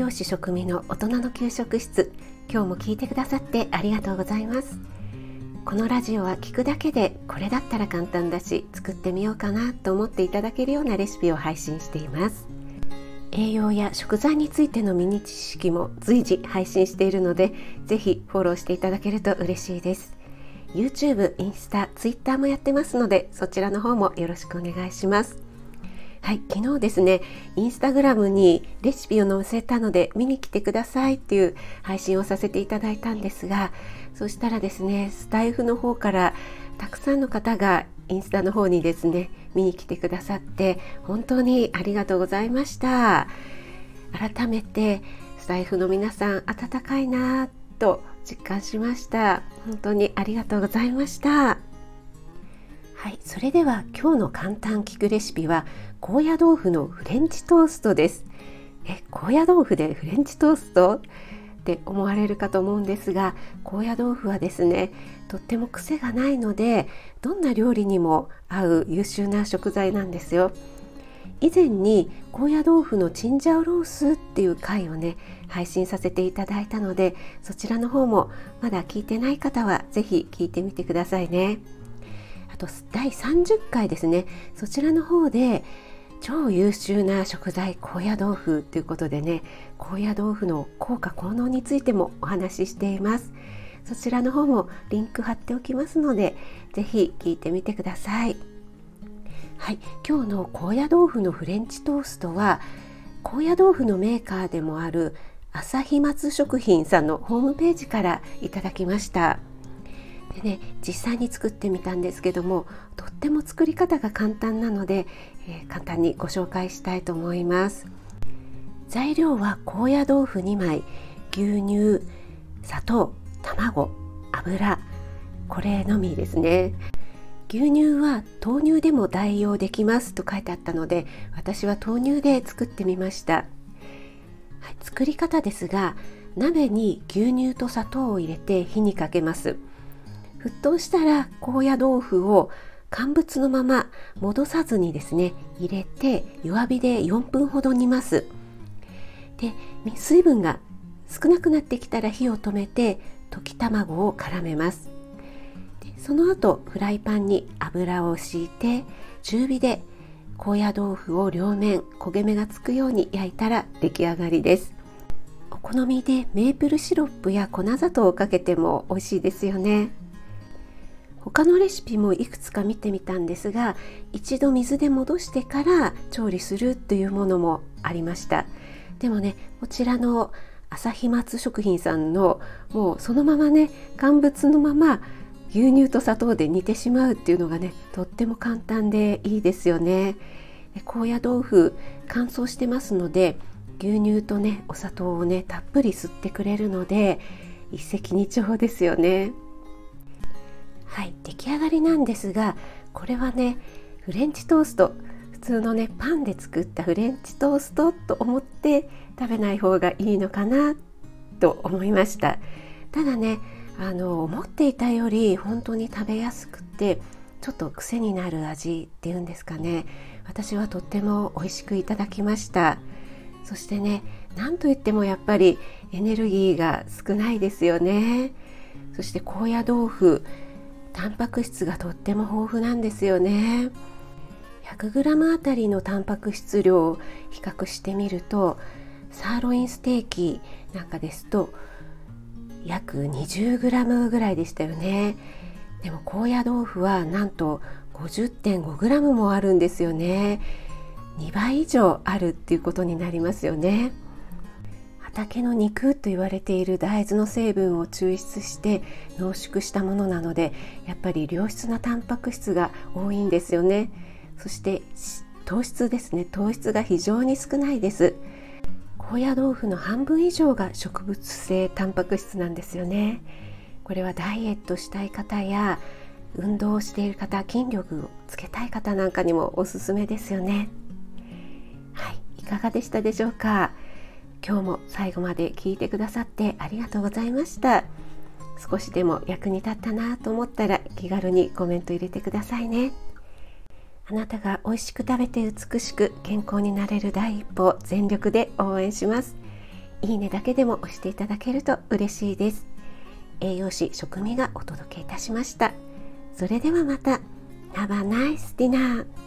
養士食味の大人の給食室、今日も聞いてくださってありがとうございます。このラジオは聞くだけでこれだったら簡単だし作ってみようかなと思っていただけるようなレシピを配信しています。栄養や食材についてのミニ知識も随時配信しているので、ぜひフォローしていただけると嬉しいです。 YouTube、インスタ、Twitter もやってますので、そちらの方もよろしくお願いします。はい、昨日ですね、インスタグラムにレシピを載せたので見に来てくださいっていう配信をさせていただいたんですが、そしたらですね、スタイフの方からたくさんの方がインスタの方にですね見に来てくださって本当にありがとうございました。改めてスタイフの皆さん温かいなと実感しました。本当にありがとうございました。はい、それでは今日の簡単聞くレシピは高野豆腐のフレンチトーストです。高野豆腐でフレンチトーストって思われるかと思うんですが、高野豆腐はですね、とっても癖がないのでどんな料理にも合う優秀な食材なんですよ。以前に高野豆腐のチンジャオロースっていう回をね配信させていただいたので、そちらの方もまだ聞いてない方はぜひ聞いてみてくださいね。あと第30回ですね、そちらの方で超優秀な食材高野豆腐ということでね、高野豆腐の効果効能についてもお話ししています。そちらの方もリンク貼っておきますので、ぜひ聞いてみてください。はい、今日の高野豆腐のフレンチトーストは高野豆腐のメーカーでもある朝日松食品さんのホームページからいただきました。でね、実際に作ってみたんですけども、とっても作り方が簡単なので、簡単にご紹介したいと思います。材料は高野豆腐2枚、牛乳、砂糖、卵、油、これのみですね。牛乳は豆乳でも代用できますと書いてあったので、私は豆乳で作ってみました。はい、作り方ですが、鍋に牛乳と砂糖を入れて火にかけます。沸騰したら高野豆腐を乾物のまま戻さずにですね入れて弱火で4分ほど煮ます。で、水分が少なくなってきたら火を止めて溶き卵を絡めます。で、その後フライパンに油を敷いて中火で高野豆腐を両面焦げ目がつくように焼いたら出来上がりです。お好みでメープルシロップや粉砂糖をかけても美味しいですよね。他のレシピもいくつか見てみたんですが、一度水で戻してから調理するというものもありました。でもね、こちらの朝日松食品さんのもうそのままね乾物のまま牛乳と砂糖で煮てしまうっていうのがねとっても簡単でいいですよね。高野豆腐乾燥してますので、牛乳とねお砂糖をねたっぷり吸ってくれるので一石二鳥ですよね。はい、出来上がりなんですが、これはねフレンチトースト、普通のねパンで作ったフレンチトーストと思って食べない方がいいのかなと思いました。ただね、思っていたより本当に食べやすくて、ちょっと癖になる味っていうんですかね、私はとっても美味しくいただきました。そしてね、なんといってもやっぱりエネルギーが少ないですよね。そして高野豆腐、タンパク質がとっても豊富なんですよね。100g あたりのタンパク質量を比較してみると、サーロインステーキなんかですと約 20g ぐらいでしたよね。でも高野豆腐はなんと 50.5g もあるんですよね。2倍以上あるっていうことになりますよね。畑の肉と言われている大豆の成分を抽出して濃縮したものなので、やっぱり良質なタンパク質が多いんですよね。そして糖質ですね、糖質が非常に少ないです。高野豆腐の半分以上が植物性タンパク質なんですよね。これはダイエットしたい方や運動をしている方、筋力をつけたい方なんかにもおすすめですよね。はい、いかがでしたでしょうか。今日も最後まで聞いてくださってありがとうございました。少しでも役に立ったなと思ったら気軽にコメント入れてくださいね。あなたが美味しく食べて美しく健康になれる第一歩を全力で応援します。 いいねだけでも押していただけると嬉しいです。栄養士食味がお届けいたしました。それではまた。Have a nice dinner!